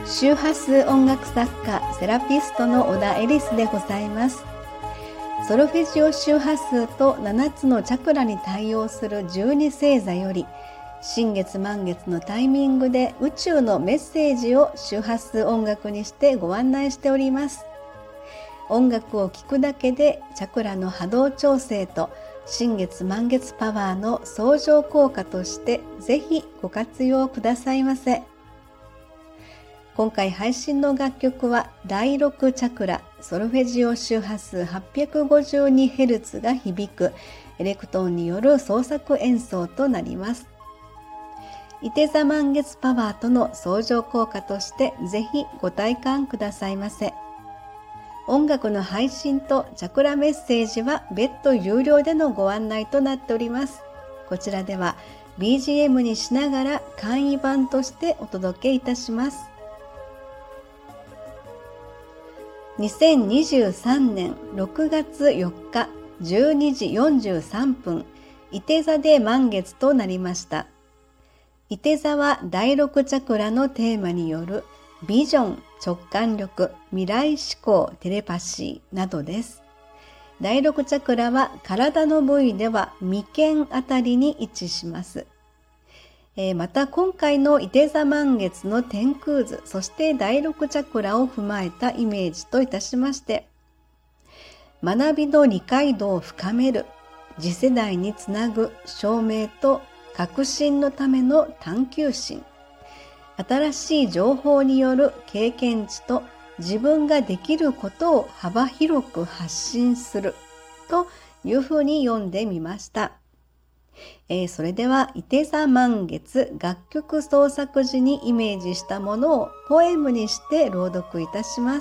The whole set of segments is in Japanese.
周波数音楽作家セラピストの小田エリスでございます。ソルフェジオ周波数と7つのチャクラに対応する12星座より新月満月のタイミングで宇宙のメッセージを周波数音楽にしてご案内しております。音楽を聴くだけでチャクラの波動調整と新月満月パワーの相乗効果としてぜひご活用くださいませ。今回配信の楽曲は第6チャクラソルフェジオ周波数 852Hz が響くエレクトーンによる創作演奏となります。いて座満月パワーとの相乗効果としてぜひご体感くださいませ。音楽の配信とチャクラメッセージは別途有料でのご案内となっております。こちらでは BGM にしながら簡易版としてお届けいたします。2023年6月4日12時43分、いて座で満月となりました。いて座は第6チャクラのテーマによるビジョン、直感力、未来思考、テレパシーなどです。第6チャクラは体の部位では眉間あたりに位置します。また今回のいて座満月の天空図、そして第6チャクラを踏まえたイメージといたしまして、学びの理解度を深める、次世代につなぐ証明と革新のための探求心、新しい情報による経験値と自分ができることを幅広く発信するというふうに読んでみました。それではいて座満月楽曲創作時にイメージしたものをポエムにして朗読いたします。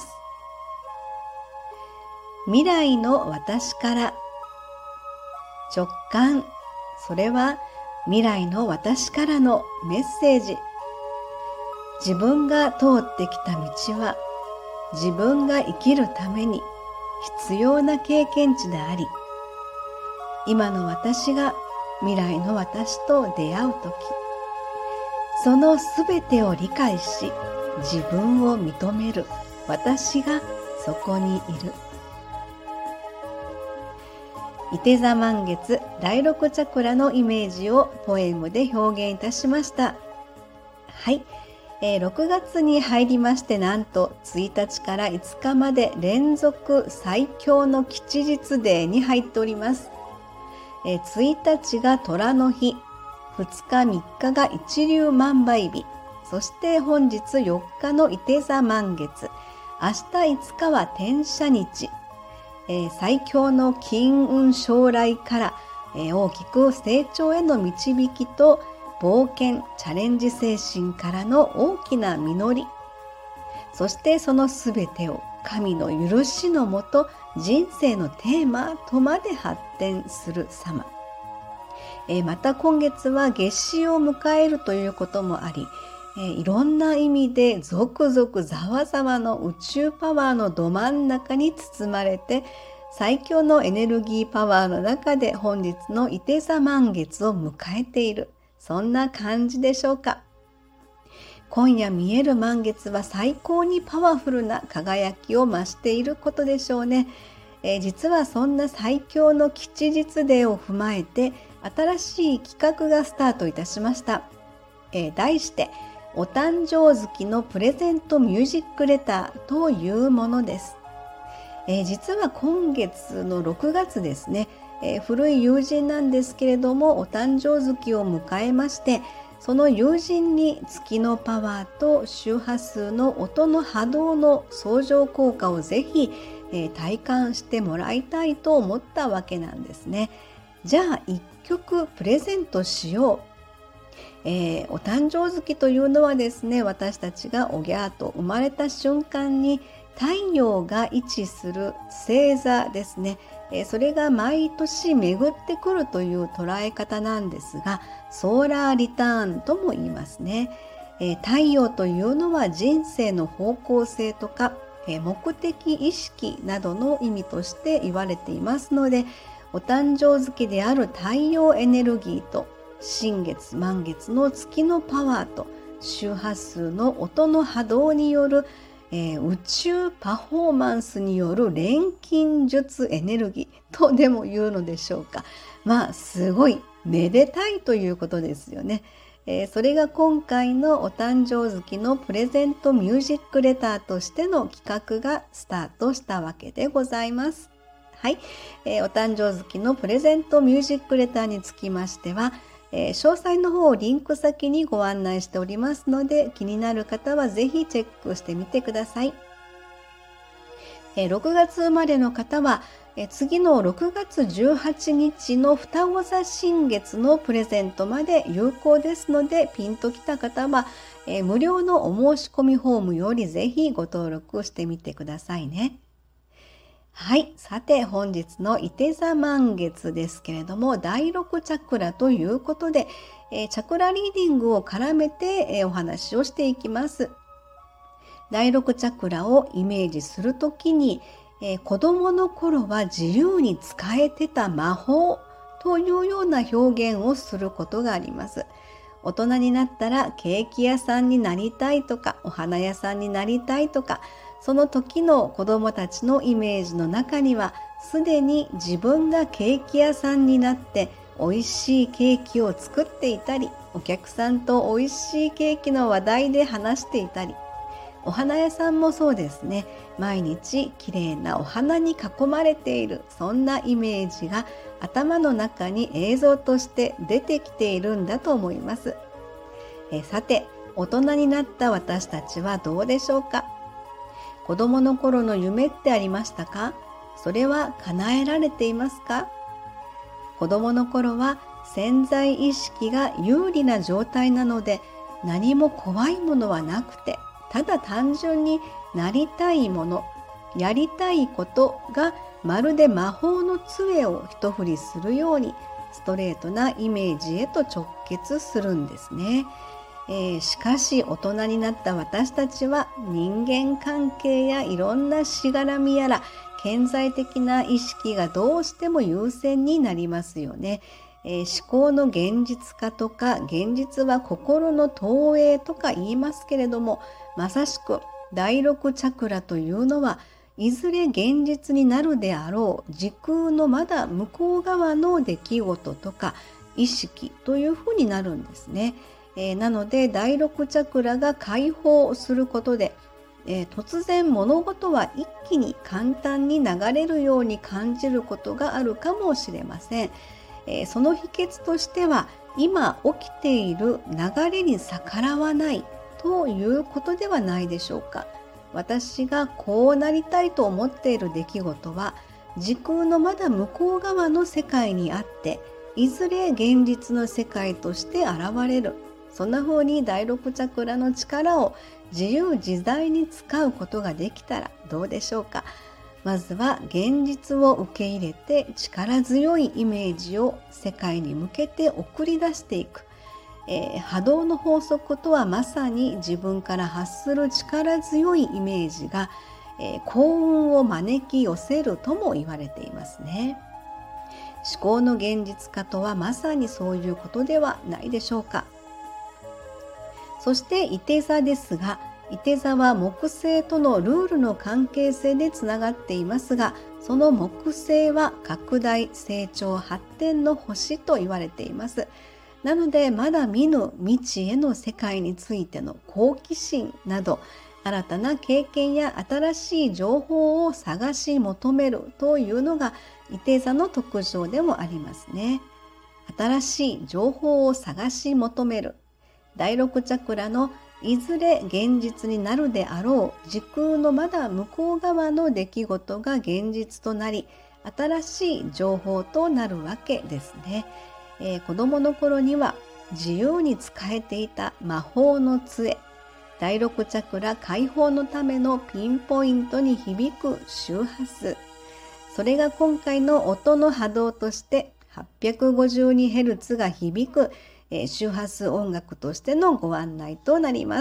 未来の私から直感、それは未来の私からのメッセージ。自分が通ってきた道は自分が生きるために必要な経験値であり、今の私が未来の私と出会うとき、そのすべてを理解し自分を認める私がそこにいる。いて座満月第6チャクラのイメージをポエムで表現いたしました。はい。6月に入りまして、なんと1日から5日まで連続最強の吉日デーに入っております。1日が寅の日、2日3日が一粒万倍日、そして本日4日のいて座満月、明日5日は天赦日、最強の金運将来から、大きく成長への導きと冒険、チャレンジ精神からの大きな実り、そしてそのすべてを神の許しのもと人生のテーマとまで発展する様。また今月は夏至を迎えるということもあり、いろんな意味で続々ざわざわの宇宙パワーのど真ん中に包まれて、最強のエネルギーパワーの中で本日のいて座満月を迎えている。そんな感じでしょうか。今夜見える満月は最高にパワフルな輝きを増していることでしょうね。実はそんな最強の吉日デーを踏まえて新しい企画がスタートいたしました。題してお誕生月のプレゼントミュージックレターというものです。実は今月の6月ですね、古い友人なんですけれどもお誕生月を迎えまして、その友人に月のパワーと周波数の音の波動の相乗効果をぜひ、体感してもらいたいと思ったわけなんですね。じゃあ一曲プレゼントしよう。お誕生月というのはですね、私たちがおぎゃーと生まれた瞬間に太陽が位置する星座ですね。それが毎年巡ってくるという捉え方なんですが、ソーラーリターンとも言いますね。太陽というのは人生の方向性とか目的意識などの意味として言われていますので、お誕生月である太陽エネルギーと新月満月の月のパワーと周波数の音の波動による、宇宙パフォーマンスによる錬金術エネルギーとでも言うのでしょうか。すごいめでたいということですよね。それが今回のお誕生月のプレゼントミュージックレターとしての企画がスタートしたわけでございます。はい、お誕生月のプレゼントミュージックレターにつきましては、詳細の方をリンク先にご案内しておりますので、気になる方はぜひチェックしてみてください。6月生まれの方は、次の6月18日の双子座新月のプレゼントまで有効ですので、ピンときた方は、無料のお申し込みフォームよりぜひご登録してみてくださいね。はい、さて本日のいて座満月ですけれども、第6チャクラということで、チャクラリーディングを絡めて、お話をしていきます。第6チャクラをイメージするときに、子供の頃は自由に使えてた魔法というような表現をすることがあります。大人になったらケーキ屋さんになりたいとか、お花屋さんになりたいとか、その時の子供たちのイメージの中には、すでに自分がケーキ屋さんになって美味しいケーキを作っていたり、お客さんと美味しいケーキの話題で話していたり、お花屋さんもそうですね。毎日きれいなお花に囲まれている、そんなイメージが頭の中に映像として出てきているんだと思います。さて、大人になった私たちはどうでしょうか。子供の頃の夢ってありましたか？それは叶えられていますか？子供の頃は潜在意識が有利な状態なので、何も怖いものはなくて、ただ単純になりたいもの、やりたいことがまるで魔法の杖を一振りするようにストレートなイメージへと直結するんですね。しかし大人になった私たちは人間関係やいろんなしがらみやら顕在的な意識がどうしても優先になりますよね。思考の現実化とか、現実は心の投影とか言いますけれども、まさしく第6チャクラというのはいずれ現実になるであろう時空のまだ向こう側の出来事とか意識というふうになるんですね。なので第6チャクラが解放することで、突然物事は一気に簡単に流れるように感じることがあるかもしれません。その秘訣としては、今起きている流れに逆らわないということではないでしょうか。私がこうなりたいと思っている出来事は時空のまだ向こう側の世界にあって、いずれ現実の世界として現れる。そんな風に第6チャクラの力を自由自在に使うことができたらどうでしょうか。まずは現実を受け入れて、力強いイメージを世界に向けて送り出していく。波動の法則とはまさに自分から発する力強いイメージが、幸運を招き寄せるとも言われていますね。思考の現実化とはまさにそういうことではないでしょうか。そしていて座ですが、いて座は木星とのルールの関係性でつながっていますが、その木星は拡大、成長、発展の星と言われています。なのでまだ見ぬ未知への世界についての好奇心など、新たな経験や新しい情報を探し求めるというのがいて座の特徴でもありますね。新しい情報を探し求める。第6チャクラのいずれ現実になるであろう時空のまだ向こう側の出来事が現実となり、新しい情報となるわけですね。子供の頃には自由に使えていた魔法の杖、第6チャクラ解放のためのピンポイントに響く周波数、それが今回の音の波動として 852Hz が響く周波数音楽としてのご案内となります。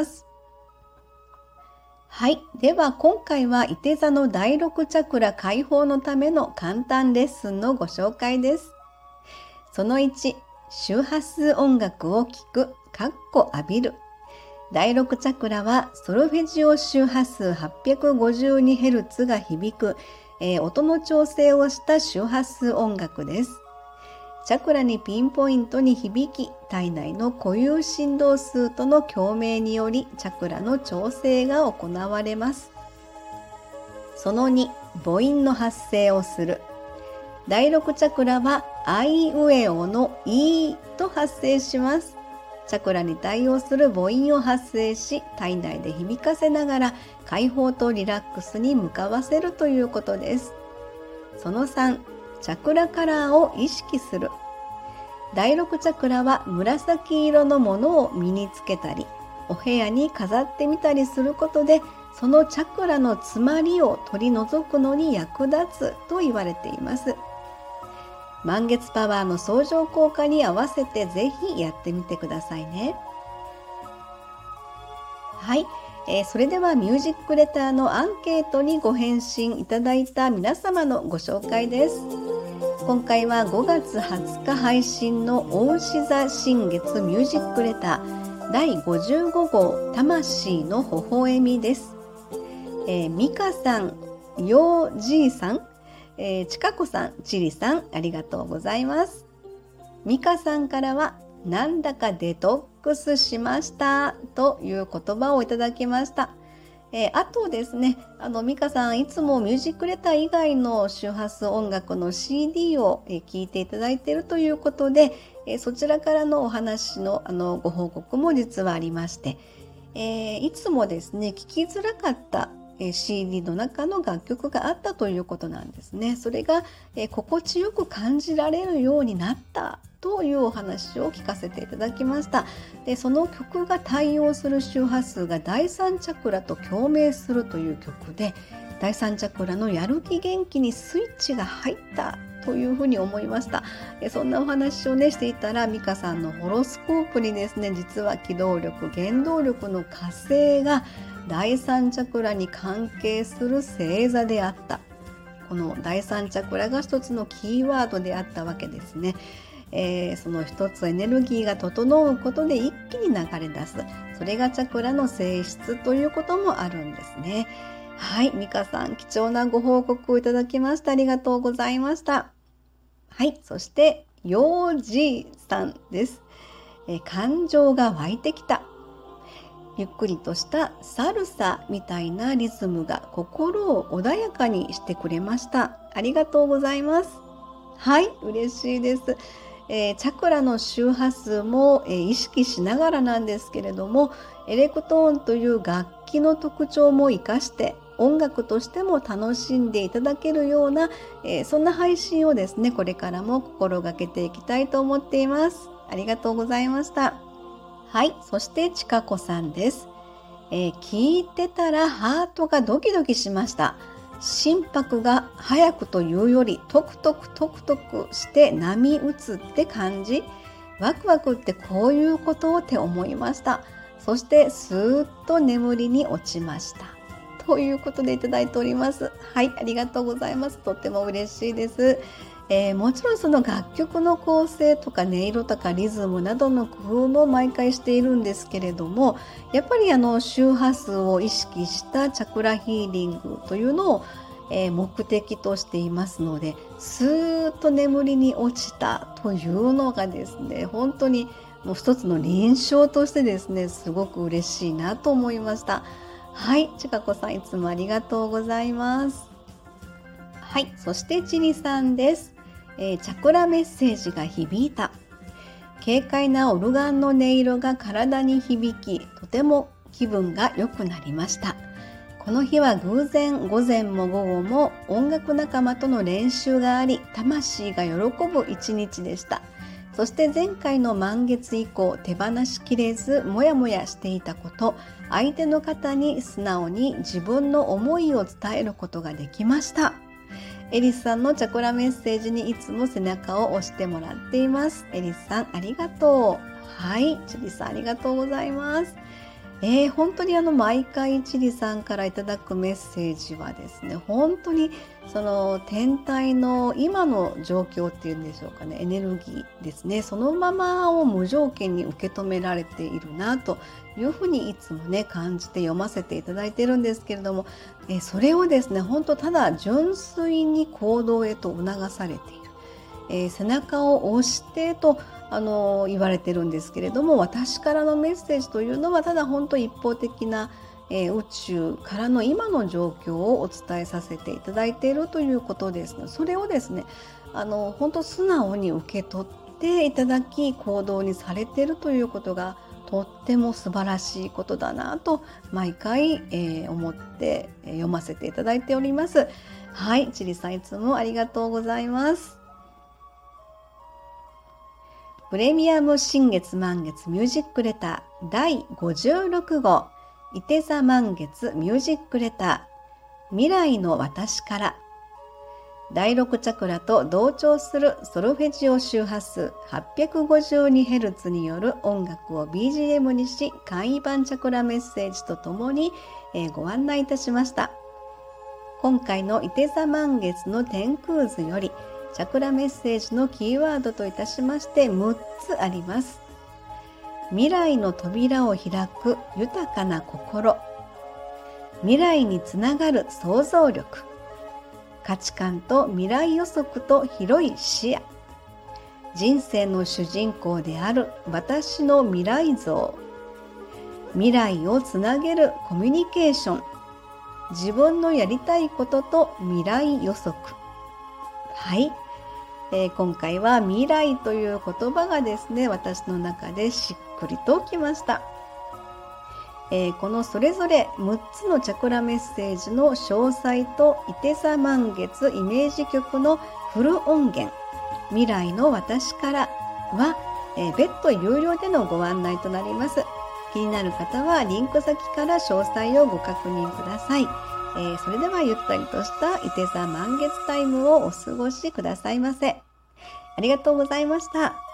はい。では今回はいて座の第6チャクラ解放のための簡単レッスンのご紹介です。その1、周波数音楽を聴く、浴びる。 第6チャクラはソルフェジオ周波数 852Hz が響く、音の調整をした周波数音楽です。チャクラにピンポイントに響き、体内の固有振動数との共鳴によりチャクラの調整が行われます。その2、母音の発声をする。第6チャクラはあいうえおのいと発声します。チャクラに対応する母音を発声し、体内で響かせながら解放とリラックスに向かわせるということです。その3、チャクラカラーを意識する。第6チャクラは紫色のものを身につけたり、お部屋に飾ってみたりすることで、そのチャクラの詰まりを取り除くのに役立つと言われています。満月パワーの相乗効果に合わせてぜひやってみてくださいね。はい、それではミュージックレターのアンケートにご返信いただいた皆様のご紹介です。今回は5月20日配信の牡牛座新月ミュージックレター第55号魂の微笑みです。ミカさん、ヨージーさん、ちかこさん、ちりさん、ありがとうございます。ミカさんからは、なんだかデトックスしましたという言葉をいただきました。あとですね、ミカさんいつもミュージックレター以外の周波数音楽の CD を聴いていただいているということで、そちらからのお話のご報告も実はありまして、いつもですね、聴きづらかったCD の中の楽曲があったということなんですね。それが心地よく感じられるようになったというお話を聞かせていただきました。で、その曲が対応する周波数が第3チャクラと共鳴するという曲で、第3チャクラのやる気元気にスイッチが入ったというふうに思いました。そんなお話をねしていたら、ミカさんのホロスコープにですね、実は機動力原動力の火星が第3チャクラに関係する星座であった。この第3チャクラが一つのキーワードであったわけですね。その一つエネルギーが整うことで一気に流れ出す。それがチャクラの性質ということもあるんですね。はい、ミカさん、貴重なご報告をいただきました。ありがとうございました。はい、そしてヨージーさんです。感情が湧いてきた。ゆっくりとしたサルサみたいなリズムが心を穏やかにしてくれました。ありがとうございます。はい、嬉しいです。チャクラの周波数も、意識しながらなんですけれども、エレクトーンという楽器の特徴も生かして音楽としても楽しんでいただけるような、そんな配信をですね、これからも心がけていきたいと思っています。ありがとうございました。はい、そしてちかこさんです。聞いてたらハートがドキドキしました。心拍が速くというよりトクトクトクトクして波打つって感じ。ワクワクってこういうことって思いました。そしてスーッと眠りに落ちました。ということでいただいております。はい、ありがとうございます。とっても嬉しいです。もちろんその楽曲の構成とか音色とかリズムなどの工夫も毎回しているんですけれども、やっぱり周波数を意識したチャクラヒーリングというのを、目的としていますので、スーッと眠りに落ちたというのがですね、本当にもう一つの臨床としてですね、すごく嬉しいなと思いました。はい、ちかこさんいつもありがとうございます。はい、そしてちりさんです。チャクラメッセージが響いた。軽快なオルガンの音色が体に響き、とても気分が良くなりました。この日は偶然午前も午後も音楽仲間との練習があり、魂が喜ぶ一日でした。そして前回の満月以降、手放しきれずもやもやしていたこと、相手の方に素直に自分の思いを伝えることができました。エリスさんのチャクラメッセージにいつも背中を押してもらっています。エリスさんありがとう。はい、チュリさんありがとうございます。 本当に毎回チリさんからいただくメッセージはですね、本当にその天体の今の状況っていうんでしょうかね、エネルギーですね、そのままを無条件に受け止められているなというふうにいつもね感じて読ませていただいてるんですけれども、それをですね本当ただ純粋に行動へと促されている、背中を押してと言われてるんですけれども、私からのメッセージというのはただ本当一方的な、宇宙からの今の状況をお伝えさせていただいているということですので、それをですね本当素直に受け取っていただき行動にされているということがとっても素晴らしいことだなと毎回、思って、読ませていただいております。はい、チリさんいつもありがとうございます。プレミアム新月満月ミュージックレター第56号いて座満月ミュージックレター未来の私から、第6チャクラと同調するソルフェジオ周波数 852Hz による音楽を BGM にし、簡易版チャクラメッセージとともに、ご案内いたしました。今回のいて座満月の天空図よりチャクラメッセージのキーワードといたしまして6つあります。未来の扉を開く豊かな心、未来につながる想像力、価値観と未来予測と広い視野、人生の主人公である私の未来像、未来をつなげるコミュニケーション、自分のやりたいことと未来予測。はい、今回は未来という言葉がですね私の中でしっくりときました。このそれぞれ6つのチャクラメッセージの詳細といて座満月イメージ曲のフル音源未来の私からは、別途有料でのご案内となります。気になる方はリンク先から詳細をご確認ください。それではゆったりとしたいて座満月タイムをお過ごしくださいませ。ありがとうございました。